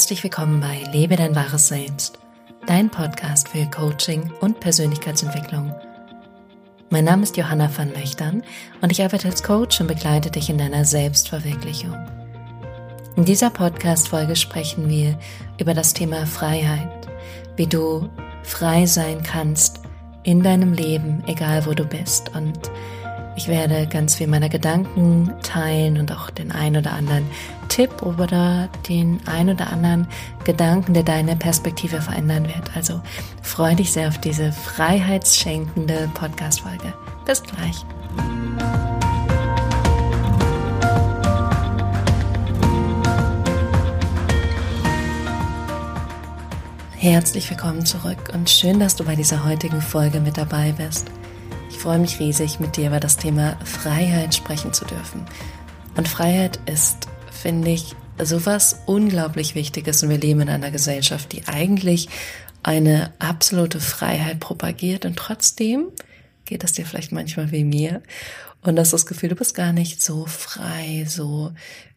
Herzlich willkommen bei Lebe dein wahres Selbst, dein Podcast für Coaching und Persönlichkeitsentwicklung. Mein Name ist Johanna van Löchtern und ich arbeite als Coach und begleite dich in deiner Selbstverwirklichung. In dieser Podcast-Folge sprechen wir über das Thema Freiheit, wie du frei sein kannst in deinem Leben, egal wo du bist. Und ich werde ganz viel meiner Gedanken teilen und auch den ein oder anderen Tipp oder den ein oder anderen Gedanken, der deine Perspektive verändern wird. Also freue dich sehr auf diese freiheitsschenkende Podcast-Folge. Bis gleich. Herzlich willkommen zurück und schön, dass du bei dieser heutigen Folge mit dabei bist. Ich freue mich riesig, mit dir über das Thema Freiheit sprechen zu dürfen. Und Freiheit ist, finde ich, sowas unglaublich Wichtiges und wir leben in einer Gesellschaft, die eigentlich eine absolute Freiheit propagiert und trotzdem geht es dir vielleicht manchmal wie mir und hast das Gefühl, du bist gar nicht so frei, so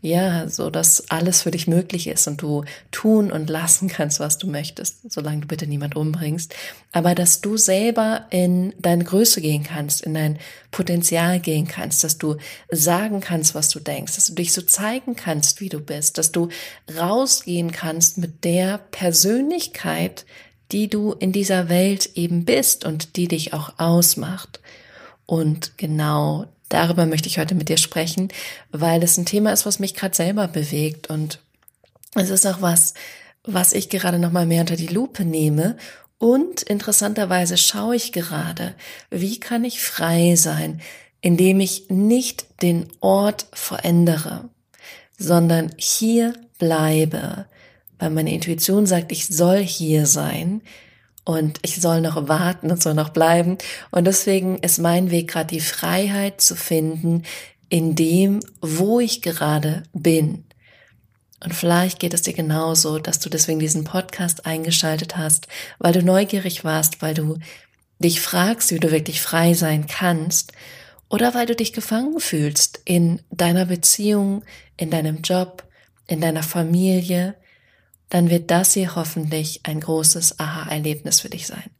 dass alles für dich möglich ist und du tun und lassen kannst, was du möchtest, solange du bitte niemand umbringst, aber dass du selber in deine Größe gehen kannst, in dein Potenzial gehen kannst, dass du sagen kannst, was du denkst, dass du dich so zeigen kannst, wie du bist, dass du rausgehen kannst mit der Persönlichkeit, die du in dieser Welt eben bist und die dich auch ausmacht. Und genau darüber möchte ich heute mit dir sprechen, weil es ein Thema ist, was mich gerade selber bewegt. Und es ist auch was ich gerade noch mal mehr unter die Lupe nehme. Und interessanterweise schaue ich gerade, wie kann ich frei sein, indem ich nicht den Ort verändere, sondern hier bleibe. Weil meine Intuition sagt, ich soll hier sein und ich soll noch warten und soll noch bleiben. Und deswegen ist mein Weg gerade die Freiheit zu finden in dem, wo ich gerade bin. Und vielleicht geht es dir genauso, dass du deswegen diesen Podcast eingeschaltet hast, weil du neugierig warst, weil du dich fragst, wie du wirklich frei sein kannst oder weil du dich gefangen fühlst in deiner Beziehung, in deinem Job, in deiner Familie. Dann wird das hier hoffentlich ein großes Aha-Erlebnis für dich sein.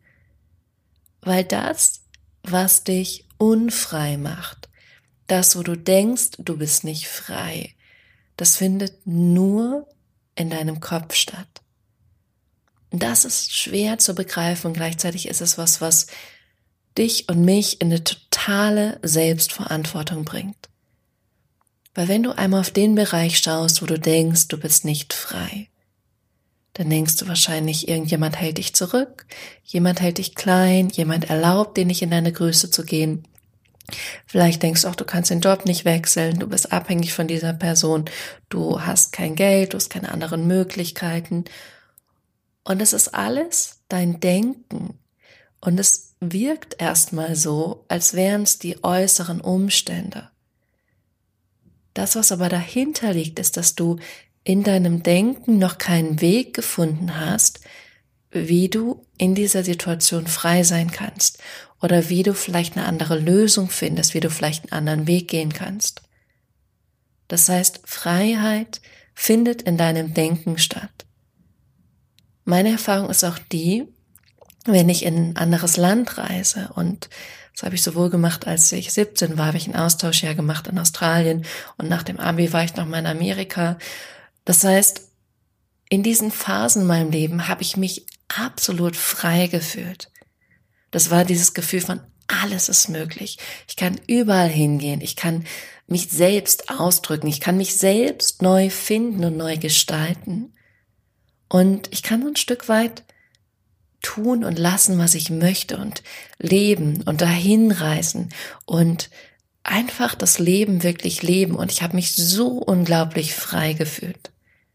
Weil das, was dich unfrei macht, das, wo du denkst, du bist nicht frei, das findet nur in deinem Kopf statt. Und das ist schwer zu begreifen und gleichzeitig ist es was dich und mich in eine totale Selbstverantwortung bringt. Weil wenn du einmal auf den Bereich schaust, wo du denkst, du bist nicht frei, dann denkst du wahrscheinlich, irgendjemand hält dich zurück, jemand hält dich klein, jemand erlaubt dir nicht in deine Größe zu gehen. Vielleicht denkst du auch, du kannst den Job nicht wechseln, du bist abhängig von dieser Person, du hast kein Geld, du hast keine anderen Möglichkeiten. Und es ist alles dein Denken. Und es wirkt erstmal so, als wären es die äußeren Umstände. Das, was aber dahinter liegt, ist, dass du in deinem Denken noch keinen Weg gefunden hast, wie du in dieser Situation frei sein kannst oder wie du vielleicht eine andere Lösung findest, wie du vielleicht einen anderen Weg gehen kannst. Das heißt, Freiheit findet in deinem Denken statt. Meine Erfahrung ist auch die, wenn ich in ein anderes Land reise und das habe ich sowohl gemacht, als ich 17 war, habe ich ein Austauschjahr gemacht in Australien und nach dem Abi war ich nochmal in Amerika. Das heißt, in diesen Phasen in meinem Leben habe ich mich absolut frei gefühlt. Das war dieses Gefühl von, alles ist möglich. Ich kann überall hingehen. Ich kann mich selbst ausdrücken. Ich kann mich selbst neu finden und neu gestalten. Und ich kann so ein Stück weit tun und lassen, was ich möchte und leben und dahin reisen und einfach das Leben wirklich leben. Und ich habe mich so unglaublich frei gefühlt.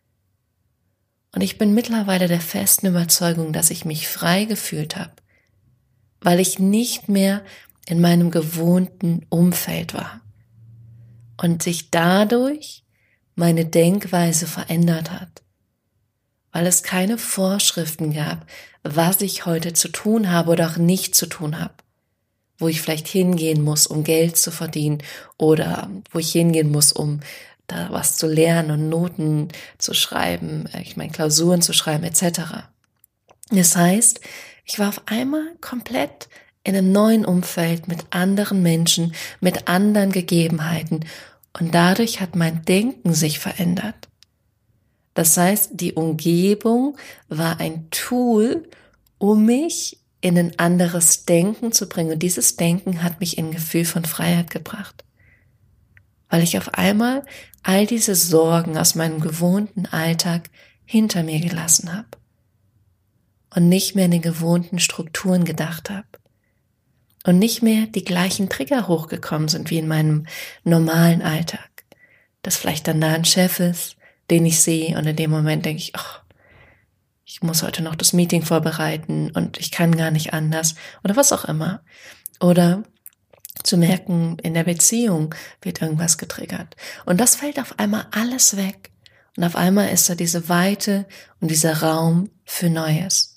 Und ich bin mittlerweile der festen Überzeugung, dass ich mich frei gefühlt habe, weil ich nicht mehr in meinem gewohnten Umfeld war und sich dadurch meine Denkweise verändert hat, weil es keine Vorschriften gab, was ich heute zu tun habe oder auch nicht zu tun habe, wo ich vielleicht hingehen muss, um Geld zu verdienen oder wo ich hingehen muss, um da was zu lernen und Noten zu schreiben, Klausuren zu schreiben etc. Das heißt, ich war auf einmal komplett in einem neuen Umfeld mit anderen Menschen, mit anderen Gegebenheiten und dadurch hat mein Denken sich verändert. Das heißt, die Umgebung war ein Tool, um mich in ein anderes Denken zu bringen. Und dieses Denken hat mich in ein Gefühl von Freiheit gebracht. Weil ich auf einmal all diese Sorgen aus meinem gewohnten Alltag hinter mir gelassen habe. Und nicht mehr in den gewohnten Strukturen gedacht habe. Und nicht mehr die gleichen Trigger hochgekommen sind wie in meinem normalen Alltag. Dass vielleicht dann da ein Chef ist, den ich sehe und in dem Moment denke ich, ach, ich muss heute noch das Meeting vorbereiten und ich kann gar nicht anders oder was auch immer. Oder zu merken, in der Beziehung wird irgendwas getriggert. Und das fällt auf einmal alles weg. Und auf einmal ist da diese Weite und dieser Raum für Neues.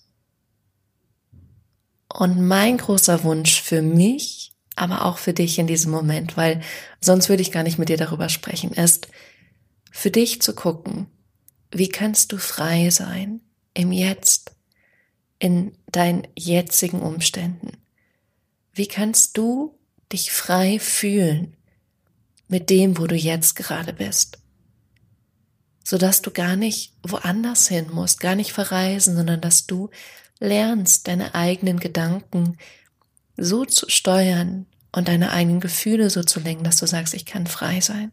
Und mein großer Wunsch für mich, aber auch für dich in diesem Moment, weil sonst würde ich gar nicht mit dir darüber sprechen, ist, für dich zu gucken, wie kannst du frei sein im Jetzt, in deinen jetzigen Umständen? Wie kannst du dich frei fühlen mit dem, wo du jetzt gerade bist? Sodass du gar nicht woanders hin musst, gar nicht verreisen, sondern dass du lernst, deine eigenen Gedanken so zu steuern und deine eigenen Gefühle so zu lenken, dass du sagst, ich kann frei sein.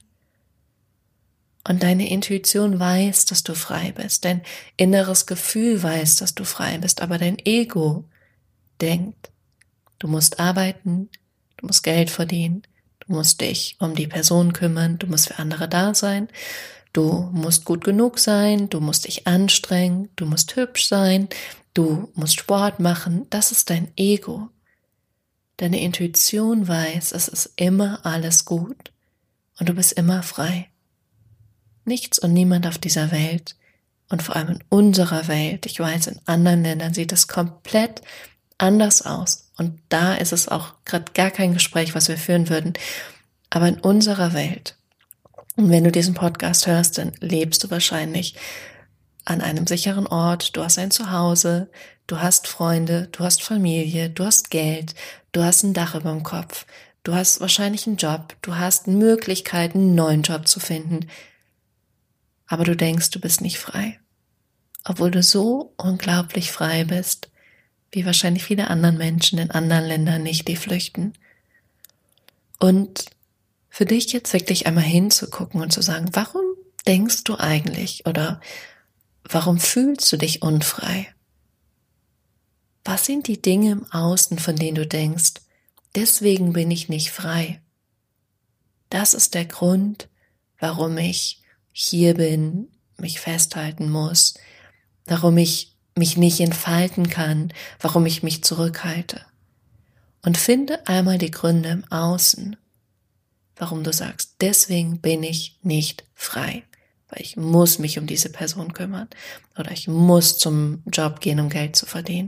Und deine Intuition weiß, dass du frei bist. Dein inneres Gefühl weiß, dass du frei bist. Aber dein Ego denkt, du musst arbeiten, du musst Geld verdienen, du musst dich um die Person kümmern, du musst für andere da sein, du musst gut genug sein, du musst dich anstrengen, du musst hübsch sein, du musst Sport machen. Das ist dein Ego. Deine Intuition weiß, es ist immer alles gut und du bist immer frei. Nichts und niemand auf dieser Welt und vor allem in unserer Welt, ich weiß, in anderen Ländern sieht es komplett anders aus und da ist es auch gerade gar kein Gespräch, was wir führen würden, aber in unserer Welt, und wenn du diesen Podcast hörst, dann lebst du wahrscheinlich an einem sicheren Ort, du hast ein Zuhause, du hast Freunde, du hast Familie, du hast Geld, du hast ein Dach über dem Kopf, du hast wahrscheinlich einen Job, du hast Möglichkeiten, einen neuen Job zu finden, aber du denkst, du bist nicht frei, obwohl du so unglaublich frei bist, wie wahrscheinlich viele andere Menschen in anderen Ländern nicht, die flüchten. Und für dich jetzt wirklich einmal hinzugucken und zu sagen, warum denkst du eigentlich oder warum fühlst du dich unfrei? Was sind die Dinge im Außen, von denen du denkst, deswegen bin ich nicht frei? Das ist der Grund, warum ich hier bin, mich festhalten muss, warum ich mich nicht entfalten kann, warum ich mich zurückhalte. Und finde einmal die Gründe im Außen, warum du sagst, deswegen bin ich nicht frei, weil ich muss mich um diese Person kümmern oder ich muss zum Job gehen, um Geld zu verdienen.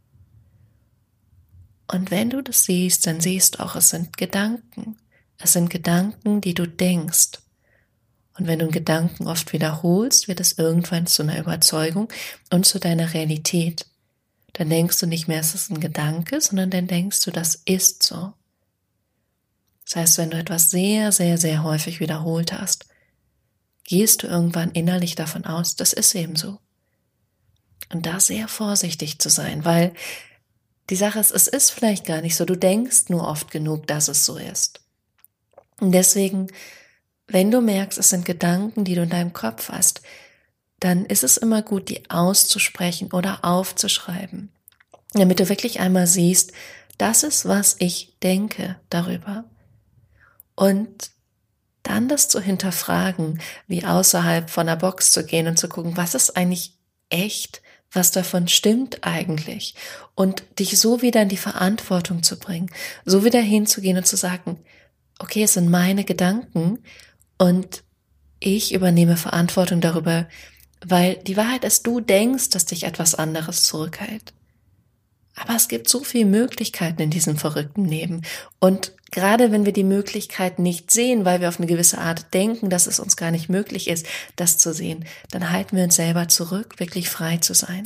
Und wenn du das siehst, dann siehst du auch, es sind Gedanken. Es sind Gedanken, die du denkst. Und wenn du einen Gedanken oft wiederholst, wird es irgendwann zu einer Überzeugung und zu deiner Realität. Dann denkst du nicht mehr, es ist ein Gedanke, sondern dann denkst du, das ist so. Das heißt, wenn du etwas sehr, sehr, sehr häufig wiederholt hast, gehst du irgendwann innerlich davon aus, das ist eben so. Und da sehr vorsichtig zu sein, weil die Sache ist, es ist vielleicht gar nicht so, du denkst nur oft genug, dass es so ist. Und deswegen, wenn du merkst, es sind Gedanken, die du in deinem Kopf hast, dann ist es immer gut, die auszusprechen oder aufzuschreiben, damit du wirklich einmal siehst, das ist, was ich denke darüber. Und dann das zu hinterfragen, wie außerhalb von der Box zu gehen und zu gucken, was ist eigentlich echt, was davon stimmt eigentlich, und dich so wieder in die Verantwortung zu bringen, so wieder hinzugehen und zu sagen, okay, es sind meine Gedanken und ich übernehme Verantwortung darüber, weil die Wahrheit ist, du denkst, dass dich etwas anderes zurückhält. Aber es gibt so viele Möglichkeiten in diesem verrückten Leben. Und gerade wenn wir die Möglichkeit nicht sehen, weil wir auf eine gewisse Art denken, dass es uns gar nicht möglich ist, das zu sehen, dann halten wir uns selber zurück, wirklich frei zu sein.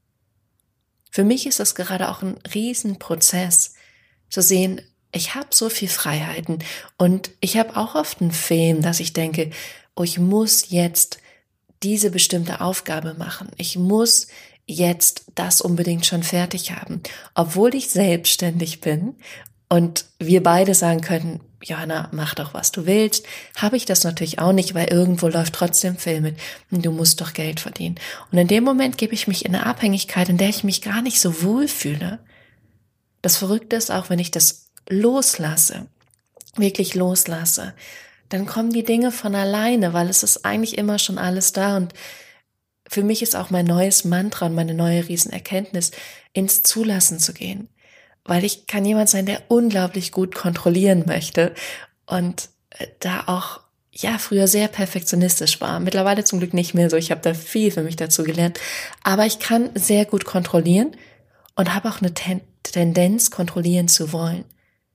Für mich ist das gerade auch ein Riesenprozess, zu sehen, ich habe so viel Freiheiten und ich habe auch oft einen Film, dass ich denke, oh, ich muss jetzt diese bestimmte Aufgabe machen. Ich muss jetzt das unbedingt schon fertig haben, obwohl ich selbstständig bin und wir beide sagen könnten, Johanna, mach doch, was du willst, habe ich das natürlich auch nicht, weil irgendwo läuft trotzdem Film mit und du musst doch Geld verdienen. Und in dem Moment gebe ich mich in eine Abhängigkeit, in der ich mich gar nicht so wohl fühle. Das Verrückte ist auch, wenn ich das loslasse, wirklich loslasse, dann kommen die Dinge von alleine, weil es ist eigentlich immer schon alles da. Und für mich ist auch mein neues Mantra und meine neue Riesenerkenntnis, ins Zulassen zu gehen. Weil ich kann jemand sein, der unglaublich gut kontrollieren möchte und da auch früher sehr perfektionistisch war. Mittlerweile zum Glück nicht mehr so. Ich habe da viel für mich dazu gelernt. Aber ich kann sehr gut kontrollieren und habe auch eine Tendenz, kontrollieren zu wollen.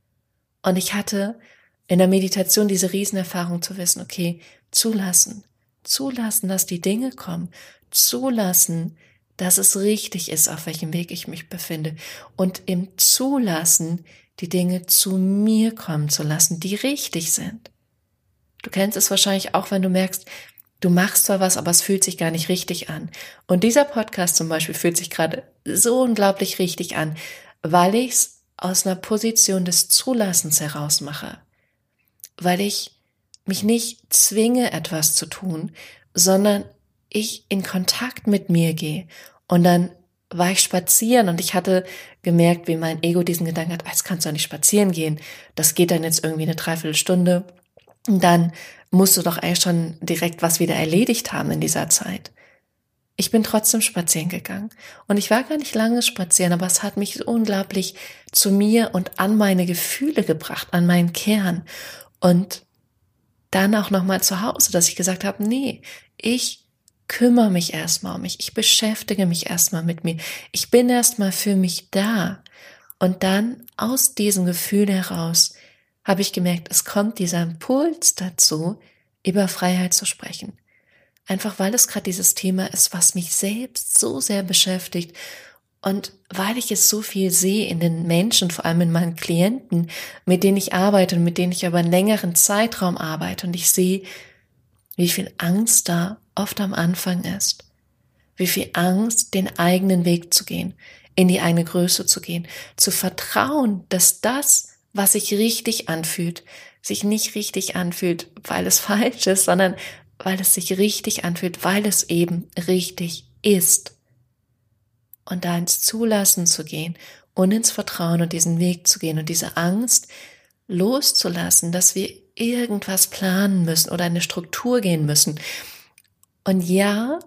Und ich hatte in der Meditation diese Riesenerfahrung zu wissen, okay, zulassen, dass die Dinge kommen, zulassen, dass es richtig ist, auf welchem Weg ich mich befinde und im Zulassen die Dinge zu mir kommen zu lassen, die richtig sind. Du kennst es wahrscheinlich auch, wenn du merkst, du machst zwar was, aber es fühlt sich gar nicht richtig an. Und dieser Podcast zum Beispiel fühlt sich gerade so unglaublich richtig an, weil ich es aus einer Position des Zulassens heraus mache. Weil ich mich nicht zwinge, etwas zu tun, sondern ich in Kontakt mit mir gehe. Und dann war ich spazieren und ich hatte gemerkt, wie mein Ego diesen Gedanken hat, jetzt kannst du nicht spazieren gehen. Das geht dann jetzt irgendwie eine Dreiviertelstunde. Und dann musst du doch eigentlich schon direkt was wieder erledigt haben in dieser Zeit. Ich bin trotzdem spazieren gegangen. Und ich war gar nicht lange spazieren, aber es hat mich so unglaublich zu mir und an meine Gefühle gebracht, an meinen Kern. Und dann auch nochmal zu Hause, dass ich gesagt habe, nee, ich kümmere mich erstmal um mich, ich beschäftige mich erstmal mit mir, ich bin erstmal für mich da. Und dann aus diesem Gefühl heraus habe ich gemerkt, es kommt dieser Impuls dazu, über Freiheit zu sprechen. Einfach weil es gerade dieses Thema ist, was mich selbst so sehr beschäftigt und weil ich es so viel sehe in den Menschen, vor allem in meinen Klienten, mit denen ich arbeite und mit denen ich über einen längeren Zeitraum arbeite und ich sehe, wie viel Angst da oft am Anfang ist, wie viel Angst, den eigenen Weg zu gehen, in die eigene Größe zu gehen, zu vertrauen, dass das, was sich richtig anfühlt, sich nicht richtig anfühlt, weil es falsch ist, sondern weil es sich richtig anfühlt, weil es eben richtig ist. Und da ins Zulassen zu gehen und ins Vertrauen und diesen Weg zu gehen und diese Angst loszulassen, dass wir irgendwas planen müssen oder eine Struktur gehen müssen. Und ja,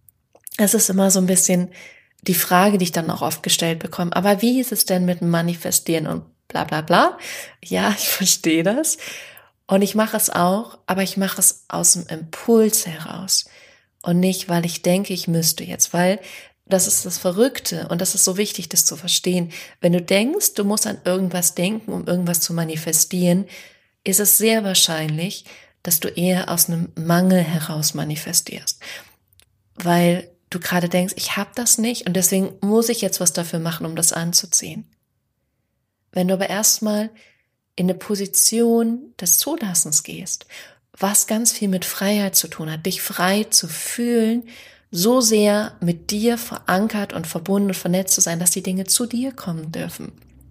es ist immer so ein bisschen die Frage, die ich dann auch oft gestellt bekomme, aber wie ist es denn mit dem Manifestieren und bla bla bla? Ja, ich verstehe das. Und ich mache es auch, aber ich mache es aus dem Impuls heraus und nicht, weil ich denke, ich müsste jetzt, weil das ist das Verrückte und das ist so wichtig, das zu verstehen. Wenn du denkst, du musst an irgendwas denken, um irgendwas zu manifestieren, ist es sehr wahrscheinlich, dass du eher aus einem Mangel heraus manifestierst, weil du gerade denkst, ich habe das nicht und deswegen muss ich jetzt was dafür machen, um das anzuziehen. Wenn du aber erstmal in eine Position des Zulassens gehst, was ganz viel mit Freiheit zu tun hat, dich frei zu fühlen, so sehr mit dir verankert und verbunden und vernetzt zu sein, dass die Dinge zu dir kommen dürfen,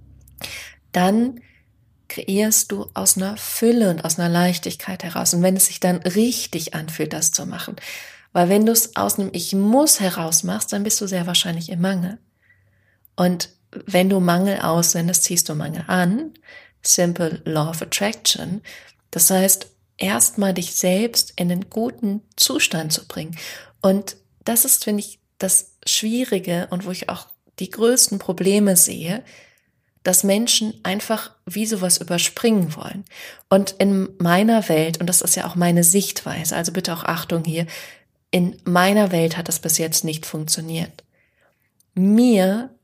dann kreierst du aus einer Fülle und aus einer Leichtigkeit heraus. Und wenn es sich dann richtig anfühlt, das zu machen, weil wenn du es aus einem Ich muss heraus machst, dann bist du sehr wahrscheinlich im Mangel. Und wenn du Mangel aussendest, ziehst du Mangel an. Simple Law of Attraction. Das heißt, erstmal dich selbst in einen guten Zustand zu bringen. Und das ist, finde ich, das Schwierige und wo ich auch die größten Probleme sehe, dass Menschen einfach wie sowas überspringen wollen. Und in meiner Welt, und das ist ja auch meine Sichtweise, also bitte auch Achtung hier, in meiner Welt hat das bis jetzt nicht funktioniert. Mir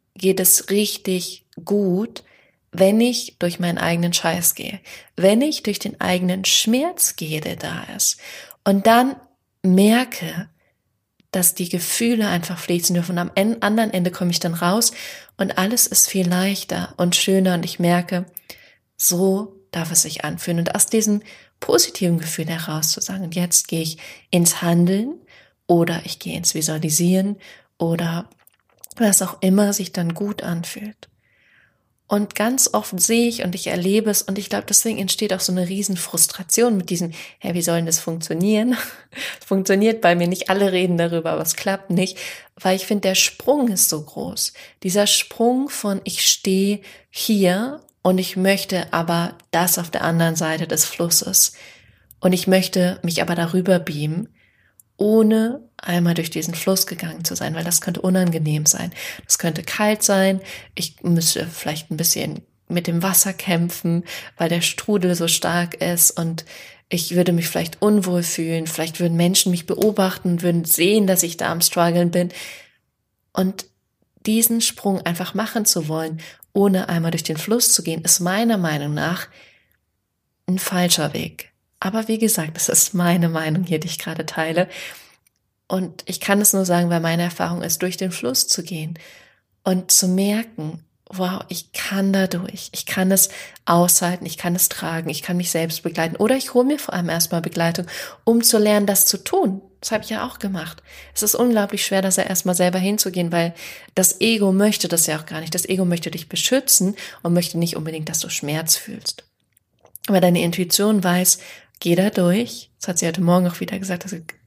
geht es richtig gut, wenn ich durch meinen eigenen Scheiß gehe, wenn ich durch den eigenen Schmerz gehe, der da ist und dann merke, dass die Gefühle einfach fließen dürfen. Und am anderen Ende komme ich dann raus und alles ist viel leichter und schöner und ich merke, so darf es sich anfühlen. Und aus diesem positiven Gefühl heraus zu sagen, und jetzt gehe ich ins Handeln oder ich gehe ins Visualisieren oder was auch immer sich dann gut anfühlt. Und ganz oft sehe ich und ich erlebe es und ich glaube, deswegen entsteht auch so eine riesen Frustration mit diesem, wie soll denn das funktionieren? Es funktioniert bei mir nicht, alle reden darüber, aber es klappt nicht, weil ich finde, der Sprung ist so groß. Dieser Sprung von ich stehe hier und ich möchte aber das auf der anderen Seite des Flusses und ich möchte mich aber darüber beamen, ohne einmal durch diesen Fluss gegangen zu sein, weil das könnte unangenehm sein. Das könnte kalt sein, ich müsste vielleicht ein bisschen mit dem Wasser kämpfen, weil der Strudel so stark ist und ich würde mich vielleicht unwohl fühlen, vielleicht würden Menschen mich beobachten, würden sehen, dass ich da am Struggeln bin. Und diesen Sprung einfach machen zu wollen, ohne einmal durch den Fluss zu gehen, ist meiner Meinung nach ein falscher Weg. Aber wie gesagt, es ist meine Meinung hier, die ich gerade teile. Und ich kann es nur sagen, weil meine Erfahrung ist, durch den Fluss zu gehen und zu merken, wow, ich kann da durch, ich kann es aushalten, ich kann es tragen, ich kann mich selbst begleiten. Oder ich hole mir vor allem erstmal Begleitung, um zu lernen, das zu tun. Das habe ich ja auch gemacht. Es ist unglaublich schwer, das ja erstmal selber hinzugehen, weil das Ego möchte das ja auch gar nicht. Das Ego möchte dich beschützen und möchte nicht unbedingt, dass du Schmerz fühlst. Aber deine Intuition weiß, geh da durch. Das hat sie heute Morgen auch wieder gesagt,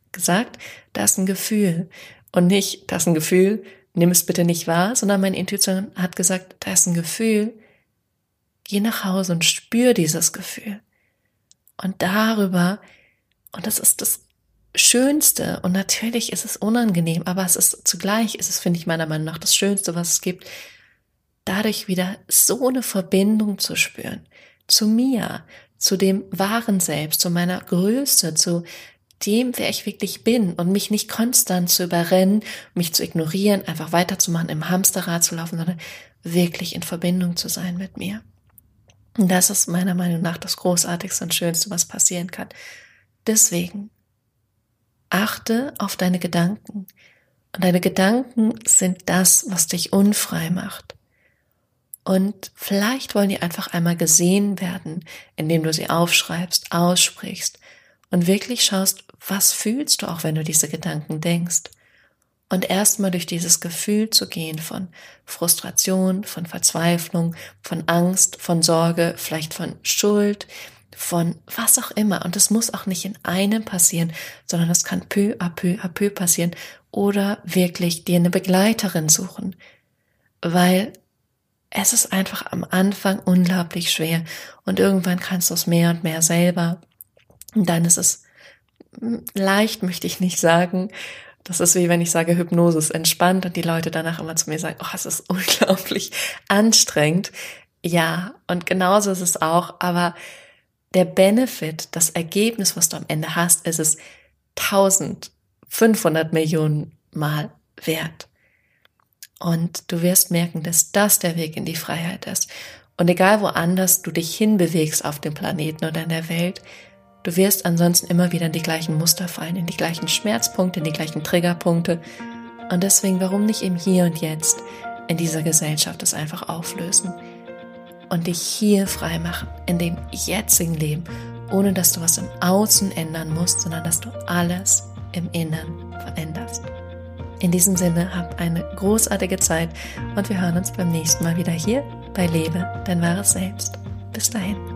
da ist ein Gefühl. Und nicht, da ist ein Gefühl, nimm es bitte nicht wahr, sondern meine Intuition hat gesagt, da ist ein Gefühl, geh nach Hause und spür dieses Gefühl. Und darüber, und das ist das Schönste, und natürlich ist es unangenehm, aber es ist zugleich, finde ich meiner Meinung nach das Schönste, was es gibt, dadurch wieder so eine Verbindung zu spüren, zu mir, zu dem wahren Selbst, zu meiner Größe, zu dem, wer ich wirklich bin und mich nicht konstant zu überrennen, mich zu ignorieren, einfach weiterzumachen, im Hamsterrad zu laufen, sondern wirklich in Verbindung zu sein mit mir. Und das ist meiner Meinung nach das Großartigste und Schönste, was passieren kann. Deswegen achte auf deine Gedanken. Und deine Gedanken sind das, was dich unfrei macht. Und vielleicht wollen die einfach einmal gesehen werden, indem du sie aufschreibst, aussprichst und wirklich schaust, was fühlst du auch, wenn du diese Gedanken denkst. Und erstmal durch dieses Gefühl zu gehen von Frustration, von Verzweiflung, von Angst, von Sorge, vielleicht von Schuld, von was auch immer. Und es muss auch nicht in einem passieren, sondern es kann peu à peu passieren oder wirklich dir eine Begleiterin suchen, weil es ist einfach am Anfang unglaublich schwer und irgendwann kannst du es mehr und mehr selber. Und dann ist es leicht, möchte ich nicht sagen. Das ist wie wenn ich sage, Hypnose ist entspannt und die Leute danach immer zu mir sagen, oh, es ist unglaublich anstrengend. Ja, und genauso ist es auch, aber der Benefit, das Ergebnis, was du am Ende hast, ist es 1500 Millionen Mal wert. Und du wirst merken, dass das der Weg in die Freiheit ist. Und egal woanders du dich hinbewegst auf dem Planeten oder in der Welt, du wirst ansonsten immer wieder in die gleichen Muster fallen, in die gleichen Schmerzpunkte, in die gleichen Triggerpunkte. Und deswegen, warum nicht im Hier und Jetzt in dieser Gesellschaft das einfach auflösen und dich hier frei machen, in dem jetzigen Leben, ohne dass du was im Außen ändern musst, sondern dass du alles im Inneren veränderst. In diesem Sinne, hab eine großartige Zeit und wir hören uns beim nächsten Mal wieder hier bei Lebe dein wahres Selbst. Bis dahin.